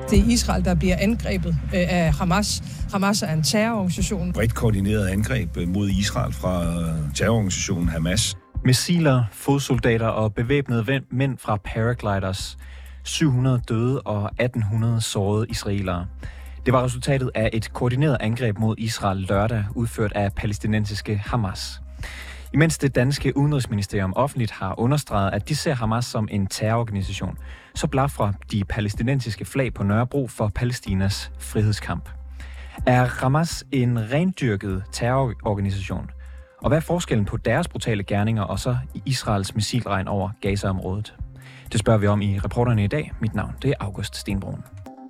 det er Israel, der bliver angrebet af Hamas. Hamas er en terrororganisation. Bredt koordineret angreb mod Israel fra terrororganisationen Hamas. Missiler, fodsoldater og bevæbnede mænd fra paragliders. 700 døde og 1800 sårede israelere. Det var resultatet af et koordineret angreb mod Israel lørdag, udført af palæstinensiske Hamas. Imens det danske udenrigsministerium offentligt har understreget, at de ser Hamas som en terrororganisation, så blafrer de palæstinensiske flag på Nørrebro for Palæstinas frihedskamp. Er Hamas en rendyrket terrororganisation? Og hvad er forskellen på deres brutale gerninger og så Israels missilregn over Gaza-området? Det spørger vi om i Reporterne i dag. Mit navn det er August Stenbrun.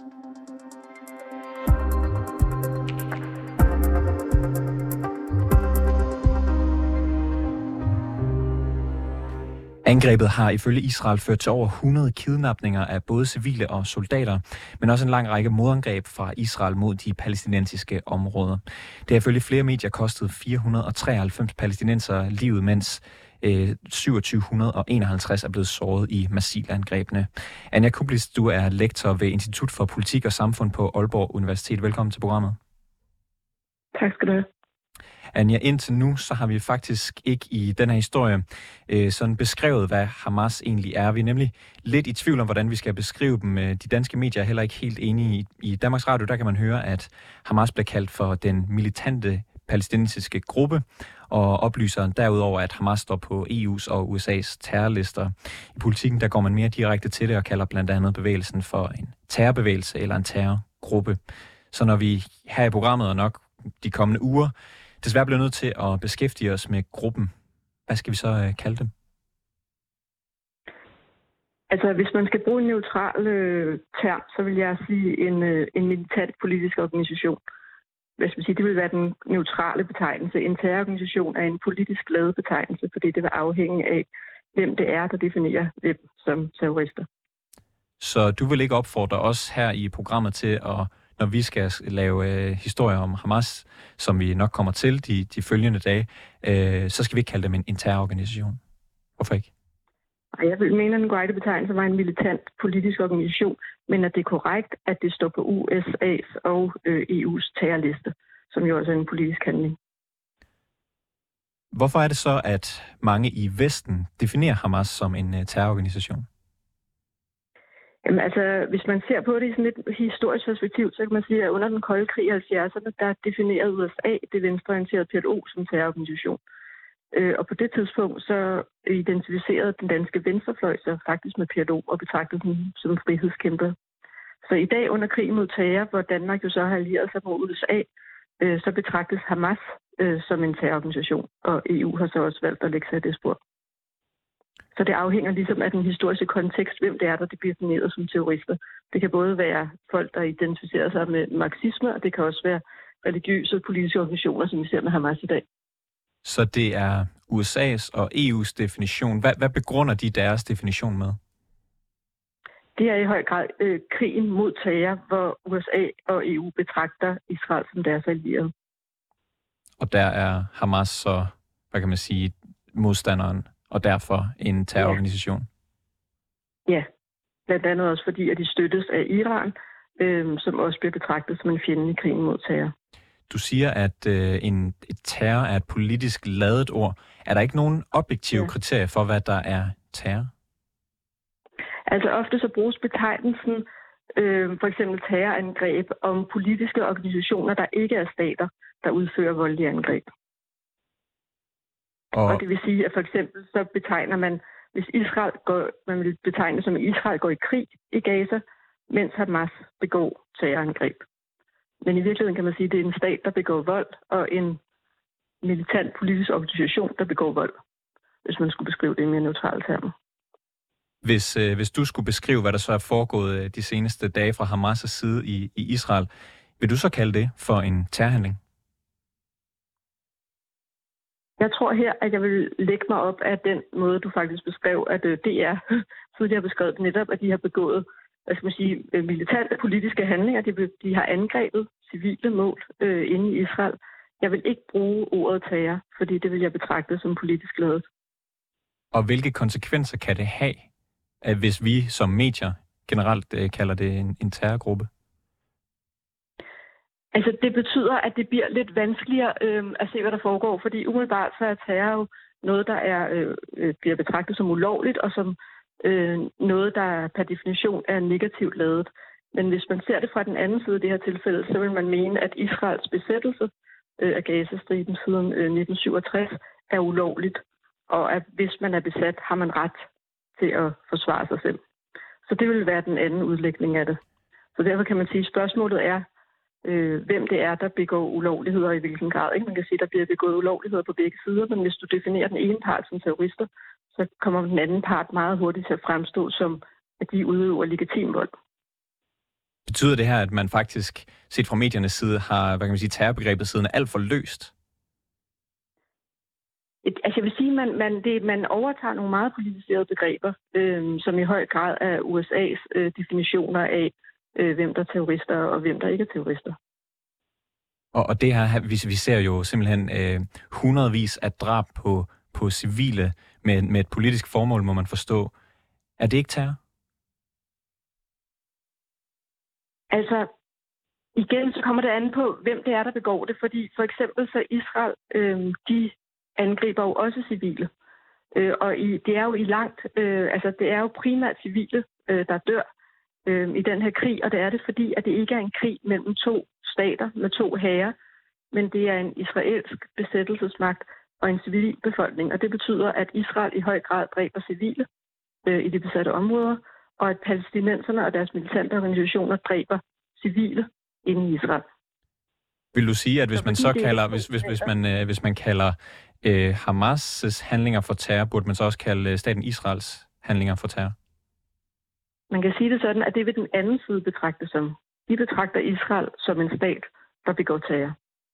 Angrebet har ifølge Israel ført til over 100 kidnapninger af både civile og soldater, men også en lang række modangreb fra Israel mod de palæstinensiske områder. Det har ifølge flere medier kostet 493 palæstinensere livet, mens 2751 er blevet såret i missilangrebene. Anja Kublis, du er lektor ved Institut for Politik og Samfund på Aalborg Universitet. Velkommen til programmet. Tak skal du have. Anja, indtil nu, så har vi faktisk ikke i den her historie sådan beskrevet, hvad Hamas egentlig er. Vi er nemlig lidt i tvivl om, hvordan vi skal beskrive dem. De danske medier er heller ikke helt enige. I Danmarks Radio, der kan man høre, at Hamas bliver kaldt for den militante palæstinensiske gruppe, og oplyser derudover, at Hamas står på EU's og USA's terrorlister. I politikken, der går man mere direkte til det og kalder blandt andet bevægelsen for en terrorbevægelse eller en terrorgruppe. Så når vi her i programmet og nok de kommende uger desværre bliver nødt til at beskæftige os med gruppen, hvad skal vi så kalde dem? Altså, hvis man skal bruge en neutral term, så vil jeg sige en militant politisk organisation. Hvad skal man sige, det vil være den neutrale betegnelse. En terrororganisation er en politisk lavet betegnelse, fordi det vil afhænge af, hvem det er, der definerer hvem som terrorister. Så du vil ikke opfordre os her i programmet til at, når vi skal lave historier om Hamas, som vi nok kommer til de følgende dage, så skal vi ikke kalde dem en terrororganisation. Hvorfor ikke? Jeg mener, den korrekte betegnelse var en militant politisk organisation, men at det er korrekt, at det står på USA's og EU's terrorliste, som jo også er en politisk handling. Hvorfor er det så, at mange i Vesten definerer Hamas som en terrororganisation? Jamen altså, hvis man ser på det i sådan et historisk perspektiv, så kan man sige, at under den kolde krig i 70'erne, der definerede USA det venstreorienterede PLO som terrororganisation. Og på det tidspunkt så identificerede den danske venstrefløj sig faktisk med PLO og betragtede dem som frihedskæmper. Så i dag under krigen mod terror, hvor Danmark jo så har allieret sig mod USA, så betragtes Hamas som en terrororganisation, og EU har så også valgt at lægge sig i det spor. Så det afhænger ligesom af den historiske kontekst, hvem det er, der bliver defineret som terrorister. Det kan både være folk, der identificerer sig med marxisme, og det kan også være religiøse og politiske organisationer, som vi ser med Hamas i dag. Så det er USA's og EU's definition. Hvad begrunder de deres definition med? Det er i høj grad krigen mod terror, hvor USA og EU betragter Israel som deres allierede. Og der er Hamas så, hvad kan man sige, modstanderen, og derfor en terrororganisation? Ja, blandt andet også fordi, at de støttes af Iran, som også bliver betragtet som en fjende i krigen mod terror. Du siger, at et terror er et politisk ladet ord. Er der ikke nogen objektive kriterier for, hvad der er terror? Altså ofte så bruges betegnelsen for eksempel terrorangreb om politiske organisationer, der ikke er stater, der udfører voldelige angreb. Og det vil sige, at for eksempel så betegner man, hvis man vil betegne som, at Israel går i krig i Gaza, mens Hamas begår terrorangreb. Men i virkeligheden kan man sige, at det er en stat, der begår vold, og en militant politisk organisation, der begår vold, hvis man skulle beskrive det i mere neutrale termer. Hvis du skulle beskrive, hvad der så er foregået de seneste dage fra Hamas' side i Israel, vil du så kalde det for en terrorhandling? Jeg tror her, at jeg vil lægge mig op af den måde, du faktisk beskrev, at DR tidligere har beskrevet netop, at de har begået, hvad skal man sige, militante politiske handlinger. De har angrebet civile mål inde i Israel. Jeg vil ikke bruge ordet terror, fordi det vil jeg betragte som politisk ladet. Og hvilke konsekvenser kan det have, at hvis vi som medier generelt kalder det en terrorgruppe? Altså, det betyder, at det bliver lidt vanskeligere at se, hvad der foregår, fordi umiddelbart så er terror jo noget, der bliver betragtet som ulovligt, og som noget, der per definition er negativt ladet. Men hvis man ser det fra den anden side i det her tilfælde, så vil man mene, at Israels besættelse af Gazastriben siden 1967 er ulovligt, og at hvis man er besat, har man ret til at forsvare sig selv. Så det vil være den anden udlægning af det. Så derfor kan man sige, at spørgsmålet er, hvem det er, der begår ulovligheder i hvilken grad. Ikke? Man kan sige, at der bliver begået ulovligheder på begge sider, men hvis du definerer den ene part som terrorister, så kommer den anden part meget hurtigt til at fremstå som, at de udøver legitim vold. Betyder det her, at man faktisk, set fra mediernes side, har terrorbegrebet siden alt for løst? Altså jeg vil sige, at man overtager nogle meget politiserede begreber, som i høj grad er USA's definitioner af, hvem der er terrorister og hvem der ikke er terrorister. Og det her, vi ser jo simpelthen hundredvis af drab på civile med et politisk formål, må man forstå. Er det ikke terror? Altså, igen så kommer det an på, hvem det er, der begår det. Fordi for eksempel så Israel, de angriber jo også civile. Og det er jo det er jo primært civile, der dør i den her krig. Og det er det, fordi at det ikke er en krig mellem to stater med to hære, men det er en israelsk besættelsesmagt og en civil befolkning. Og det betyder, at Israel i høj grad dræber civile i de besatte områder, og at palæstinenserne og deres militante organisationer dræber civile inde i Israel. Vil du sige, at hvis man så kalder, hvis man kalder Hamas' handlinger for terror, burde man så også kalde staten Israels handlinger for terror? Man kan sige det sådan, at det vil den anden side betragte som. De betragter Israel som en stat, der begår terror.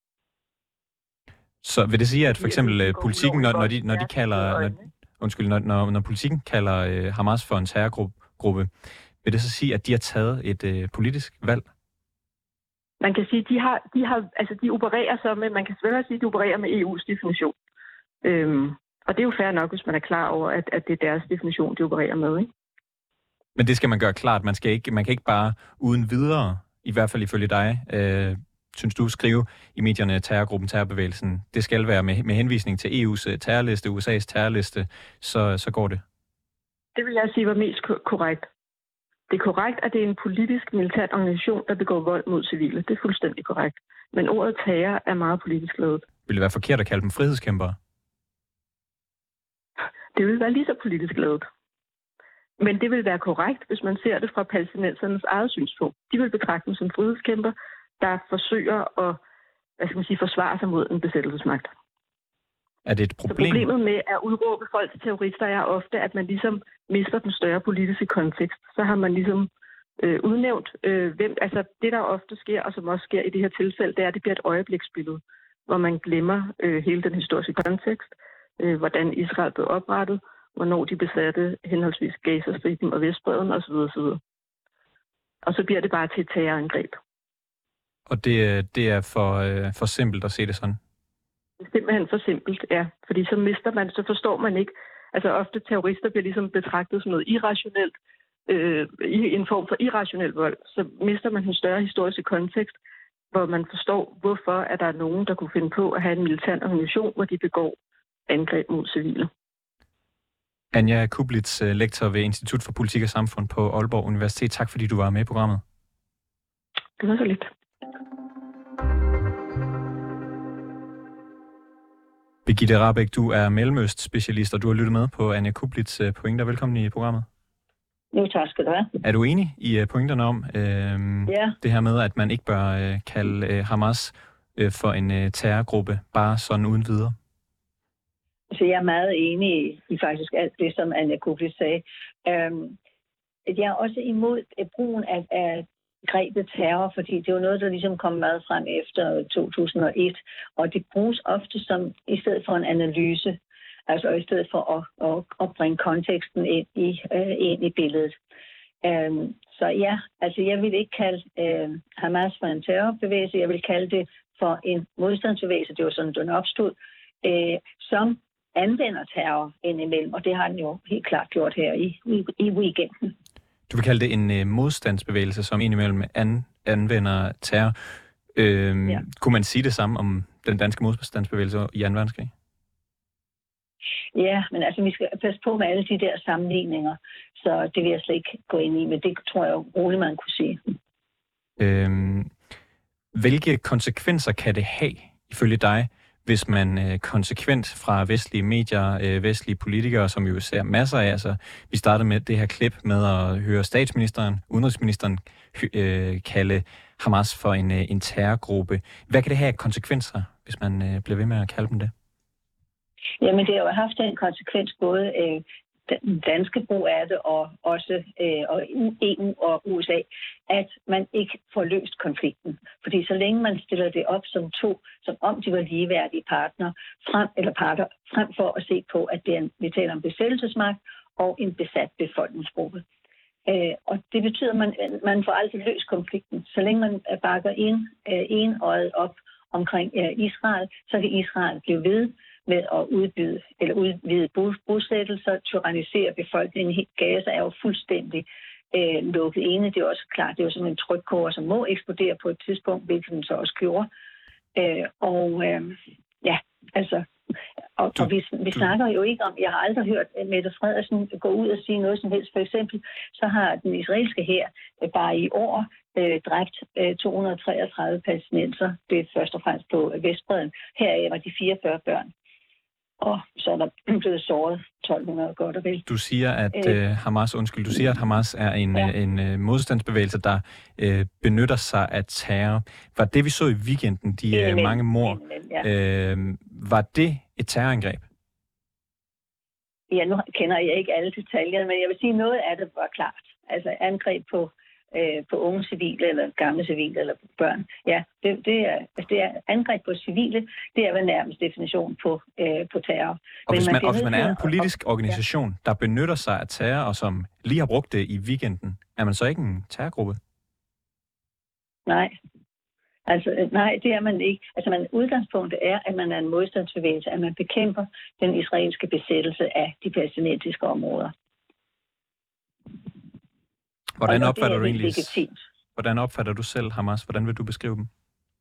Så vil det sige, at for eksempel politikken, når de kalder... Når politikken kalder Hamas for en terrorgruppe, vil det så sige, at de har taget et politisk valg? Man kan sige, de opererer så med, man kan selvfølgelig sige, at de opererer med EU's definition. Og det er jo fair nok, hvis man er klar over, at det er deres definition, de opererer med, ikke? Men det skal man gøre klart. Man kan ikke bare uden videre, i hvert fald ifølge dig, synes du, skrive i medierne terrorgruppen, terrorbevægelsen. Det skal være med henvisning til EU's terrorliste, USA's terrorliste, så går det. Det vil jeg sige var mest korrekt. Det er korrekt, at det er en politisk militær organisation, der begår vold mod civile. Det er fuldstændig korrekt. Men ordet terror er meget politisk ladet. Vil det være forkert at kalde dem frihedskæmpere? Det vil være lige så politisk ladet. Men det vil være korrekt, hvis man ser det fra palæstinensernes eget synspunkt. De vil betragte dem som frihedskæmper, der forsøger at forsvare sig mod en besættelsesmagt. Er det et problem? Så problemet med at udråbe folk til terrorister er ofte, at man ligesom mister den større politiske kontekst. Så har man ligesom udnævnt, det der ofte sker, og som også sker i det her tilfælde, det er, at det bliver et øjebliksbillede, hvor man glemmer hele den historiske kontekst, hvordan Israel blev oprettet, hvornår de besatte henholdsvis Gazastriben og Vestbredden osv. osv. Og så bliver det bare til et terrorangreb. Og det er for simpelt at se det sådan? Det er simpelthen for simpelt, ja. Fordi så forstår man ikke. Altså ofte terrorister bliver ligesom betragtet som noget irrationelt, i en form for irrationel vold. Så mister man en større historiske kontekst, hvor man forstår, hvorfor er der nogen, der kunne finde på at have en militær organisation, hvor de begår angreb mod civile. Anja Kublitz, lektor ved Institut for Politik og Samfund på Aalborg Universitet. Tak fordi du var med i programmet. Det var så lidt. Birgitte Rahbek, du er Mellemøst-specialist, og du har lyttet med på Anja Kublitz' pointer. Velkommen i programmet. Jo, tak skal du have. Er du enig i pointerne om det her med, at man ikke bør kalde Hamas for en terrorgruppe, bare sådan uden videre? Så jeg er meget enig i faktisk alt det, som Anja Kublitz sagde. Jeg er også imod brugen af grebet terror, fordi det var noget, der ligesom kom meget frem efter 2001, og det bruges ofte som i stedet for en analyse, altså i stedet for at bringe konteksten ind i billedet. Så ja, altså jeg vil ikke kalde Hamas for en terrorbevægelse, jeg vil kalde det for en modstandsbevægelse, det var sådan, den opstod, som anvender terror indimellem, og det har den jo helt klart gjort her i weekenden. Du vil kalde det en modstandsbevægelse, som indimellem anvender terror. Kunne man sige det samme om den danske modstandsbevægelse i 2. verdenskrig? Ja, men altså, vi skal passe på med alle de der sammenligninger, så det vil jeg slet ikke gå ind i, men det tror jeg roligt, man kunne sige. Hvilke konsekvenser kan det have, ifølge dig, hvis man konsekvent fra vestlige medier, vestlige politikere, som vi jo ser masser af, altså vi startede med det her klip med at høre udenrigsministeren kalde Hamas for en terrorgruppe. Hvad kan det have af konsekvenser, hvis man bliver ved med at kalde dem det? Jamen, det har jo haft en konsekvens både den danske brug af det, og også og EU og USA, at man ikke får løst konflikten. Fordi så længe man stiller det op som om de var ligeværdige parter, frem for at se på, at vi taler om besættelsesmagt og en besat befolkningsgruppe. Og det betyder, at man får aldrig løst konflikten. Så længe man bakker enøjet op omkring Israel, så kan Israel blive ved med at udvide bosættelser, tyrannisere befolkningen. Gaza er jo fuldstændig lukket inde. Det er også klart, det er jo sådan en trykkoger, som må eksplodere på et tidspunkt, hvilket den så også gjorde. Og vi snakker jo ikke om, jeg har aldrig hørt Mette Frederiksen gå ud og sige noget som helst. For eksempel, så har den israelske hær bare i år dræbt 233 palæstinenser. Det er først og fremmest på Vestbredden. Heraf var de 44 børn. Og så er der blevet såret 1200 godt og vel. Du siger, at Hamas er en modstandsbevægelse, der benytter sig af terror. Var det, vi så i weekenden, mange mord, var det et terrorangreb? Ja, nu kender jeg ikke alle detaljer, men jeg vil sige, noget af det var klart. Altså angreb på unge civile, eller gamle civile, eller børn. Ja, det er angreb på civile, det er vel nærmest definition på terror. Og hvis man er en politisk organisation, der benytter sig af terror, og som lige har brugt det i weekenden, er man så ikke en terrorgruppe? Nej. Nej, det er man ikke. Altså, udgangspunktet er, at man er en modstandsbevægelse, at man bekæmper den israelske besættelse af de palæstinensiske områder. Hvordan opfatter du selv Hamas? Hvordan vil du beskrive dem?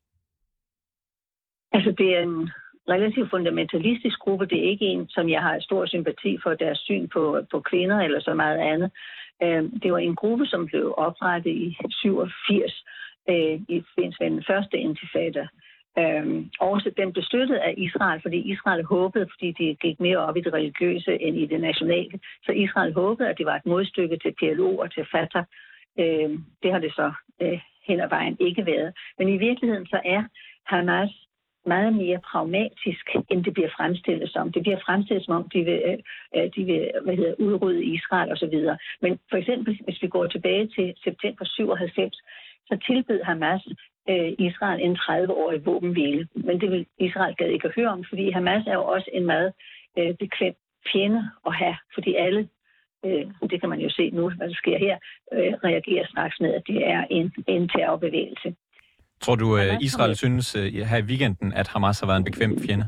Altså, det er en relativt fundamentalistisk gruppe. Det er ikke en, som jeg har stor sympati for deres syn på kvinder eller så meget andet. Det var en gruppe, som blev oprettet i 87 i forbindelse med den første intifada. Også den blev støttet af Israel, fordi Israel håbede, fordi de gik mere op i det religiøse end i det nationale. Så Israel håbede, at det var et modstykke til PLO og til Fatah. Det har det så hen ad vejen ikke været. Men i virkeligheden så er Hamas meget mere pragmatisk, end det bliver fremstillet som. Det bliver fremstillet som om, de vil udrydde Israel osv. Men for eksempel, hvis vi går tilbage til september 97, så tilbød Hamas Israel en 30-årig våbenhvile. Men det vil Israel gad ikke at høre om, fordi Hamas er jo også en meget bekvem fjende at have, fordi alle, det kan man jo se nu, hvad der sker her, reagerer straks med, at det er en terrorbevægelse. Tror du, Israel synes her i weekenden, at Hamas har været en bekvem fjende?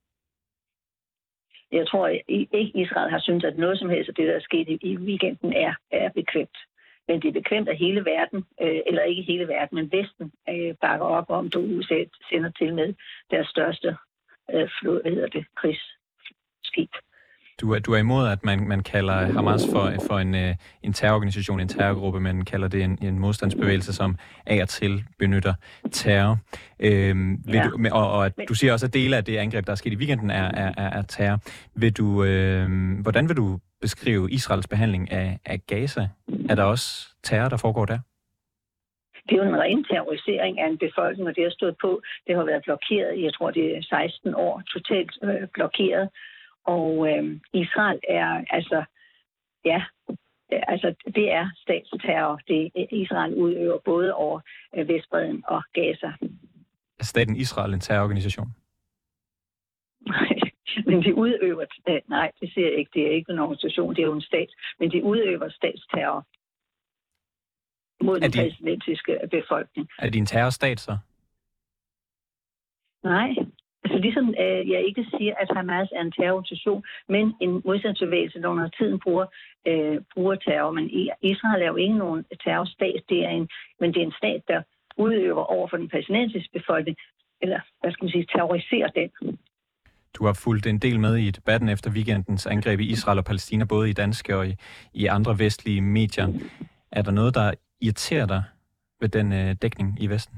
Jeg tror ikke, Israel har syntes, at noget som helst af det, der er sket i weekenden, er bekvemt. Men det er bekvemt, at hele verden, eller ikke hele verden, men Vesten bakker op om, at USA sender til med deres største krigsskib. Du er imod, at man kalder Hamas for en terrororganisation, en terrorgruppe, men kalder det en modstandsbevægelse, som af og til benytter terror. Du siger også, at dele af det angreb, der er sket i weekenden, er terror. Hvordan vil du beskrive Israels behandling af Gaza? Er der også terror, der foregår der? Det er jo en ren terrorisering af en befolkning, og det har stået på. Det har været blokeret, jeg tror det er 16 år, totalt blokeret. Og Israel er det er statsterror. Det Israel udøver både over Vestbredden og Gaza. Er staten Israel en terrororganisation? Nej, men de udøver... nej, det siger jeg ikke. Det er ikke en organisation, det er jo en stat. Men de udøver statsterror mod den palæstinensiske befolkning. Er det en terrorstat så? Nej, Altså ligesom jeg ikke siger, at Hamas er en terrororganisation, men en modstandsbevægelse, der under tiden bruger terror. Men Israel er jo ikke nogen terrorstat, men det er en stat, der udøver over for den palæstinensiske befolkning, eller hvad skal man sige, terroriserer den. Du har fulgt en del med i debatten efter weekendens angreb i Israel og Palæstina, både i danske og i andre vestlige medier. Er der noget, der irriterer dig ved den dækning i Vesten?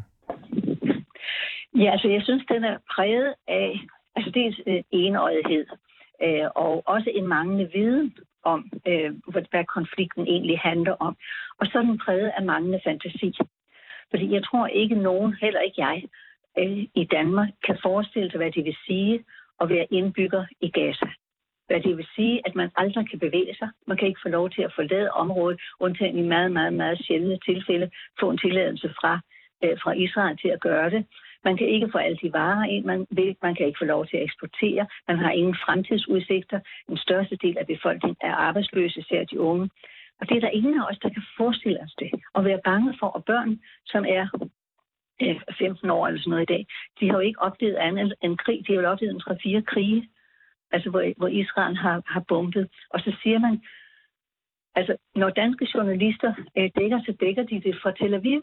Ja, altså jeg synes, den er præget af dels enøjethed og også en manglende viden om, hvad konflikten egentlig handler om. Og så er den præget af manglende fantasi. Fordi jeg tror ikke nogen, heller ikke jeg, i Danmark kan forestille sig, hvad det vil sige at være indbygger i Gaza. Hvad det vil sige, at man aldrig kan bevæge sig. Man kan ikke få lov til at forlade området, undtagen i meget, meget, meget sjældne tilfælde, få en tilladelse fra Israel til at gøre det. Man kan ikke få alle de varer ind, man vil. Man kan ikke få lov til at eksportere. Man har ingen fremtidsudsigter. Den største del af befolkningen er arbejdsløse, især de unge. Og det er der ingen af os, der kan forestille os det. Og være bange for, at børn, som er 15 år eller sådan noget i dag, de har jo ikke oplevet andet end krig. De har jo oplevet 3-4 krige, altså hvor Israel har bombet. Og så siger man, altså når danske journalister dækker, så dækker de det fra Tel Aviv.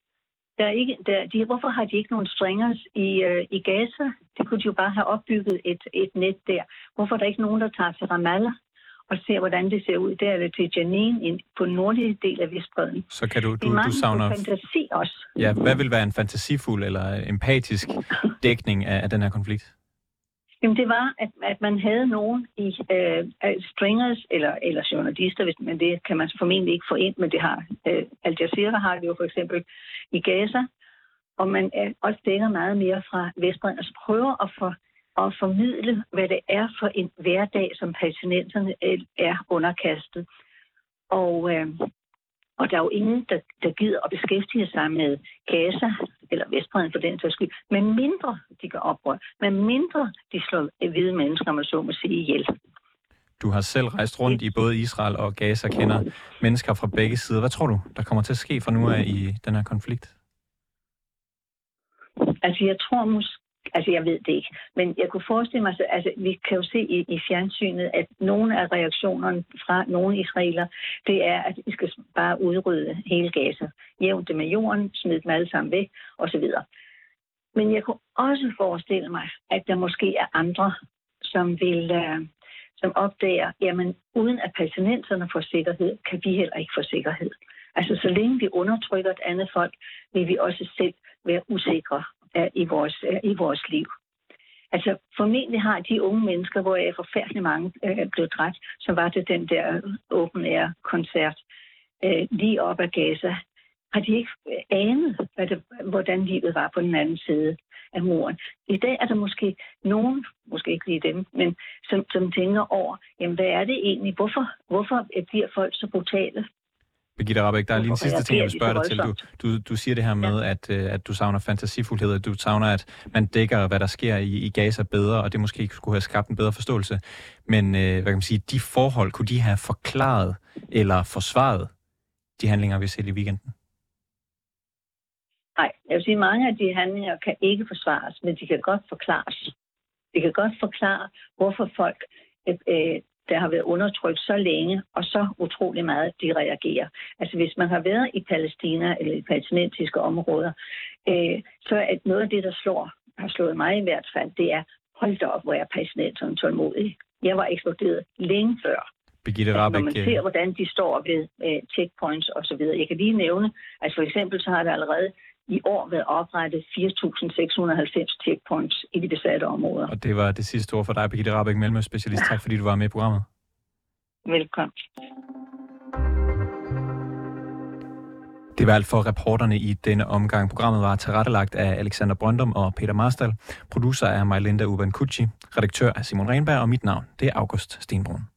Hvorfor har de ikke nogen stringers i Gaza? Det kunne de jo bare have opbygget et net der. Hvorfor er der ikke nogen, der tager til Ramallah og ser, hvordan det ser ud der, eller til Jenin på den nordlige del af Vestbredden? Så kan du savner fantasi også. Ja, hvad vil være en fantasifuld eller empatisk dækning af den her konflikt? Jamen det var, at man havde nogen i stringers eller journalister, men det kan man formentlig ikke få ind, men det har Al Jazeera har det jo for eksempel i Gaza, og man også dækker meget mere fra Vestbredden, altså prøver at formidle, hvad det er for en hverdag, som palæstinenserne er underkastet. Og der er jo ingen, der gider at beskæftige sig med Gaza eller Vestbredden for den sags skyld, men mindre de gør oprør, men mindre de slår hvide mennesker, om man så må sige, ihjel. Du har selv rejst rundt i både Israel og Gaza, kender mennesker fra begge sider. Hvad tror du, der kommer til at ske fra nu af i den her konflikt? Altså jeg tror jeg ved det ikke, men jeg kunne forestille mig, altså vi kan jo se i fjernsynet, at nogle af reaktionerne fra nogle israeler, det er, at vi skal bare udrydde hele Gaza. Jævnt det med jorden, smide dem alle sammen væk, osv. Men jeg kunne også forestille mig, at der måske er andre, som opdager, jamen uden at palæstinenserne får sikkerhed, kan vi heller ikke få sikkerhed. Altså så længe vi undertrykker et andet folk, vil vi også selv være usikre i vores liv. Altså formentlig har de unge mennesker, hvor jeg forfærdelig mange blev dræbt, som var til den der open air koncert lige op ad Gaza, har de ikke anet, hvordan livet var på den anden side af muren. I dag er der måske nogen, måske ikke lige dem, men som tænker over, jamen hvad er det egentlig? Hvorfor bliver folk så brutale? Birgitte Rahbek, der er lige en sidste ting, jeg vil spørge dig til. Du siger det her med, at du savner fantasifuldhed, at du savner, at man dækker, hvad der sker i Gaza bedre, og det måske ikke skulle have skabt en bedre forståelse. Men hvad kan man sige, de forhold, kunne de have forklaret eller forsvaret de handlinger, vi ser i weekenden? Nej, jeg vil sige, at mange af de handlinger kan ikke forsvares, men de kan godt forklares. Det kan godt forklare, hvorfor folk der har været undertrykt så længe, og så utrolig meget, de reagerer. Altså hvis man har været i Palæstina eller i palæstinensiske områder, så er noget af det, der har slået mig i hvert fald, det er, hold da op, hvor er palæstinenserne tålmodige. Jeg var eksploderet længe før. Birgitte Rahbek, når man ser, hvordan de står ved checkpoints osv. Jeg kan lige nævne, altså for eksempel så har der allerede i år været oprettet 4.690 checkpoints i de besatte områder. Og det var det sidste ord for dig, Birgitte Rahbek, Mellemøstspecialist. Tak fordi du var med i programmet. Velkommen. Det var alt for reporterne i denne omgang. Programmet var tilrettelagt af Alexander Brøndum og Peter Marstal. Producer er Majlinda Urban-Kucci. Redaktør er Simon Renberg, og mit navn det er August Stenbrun.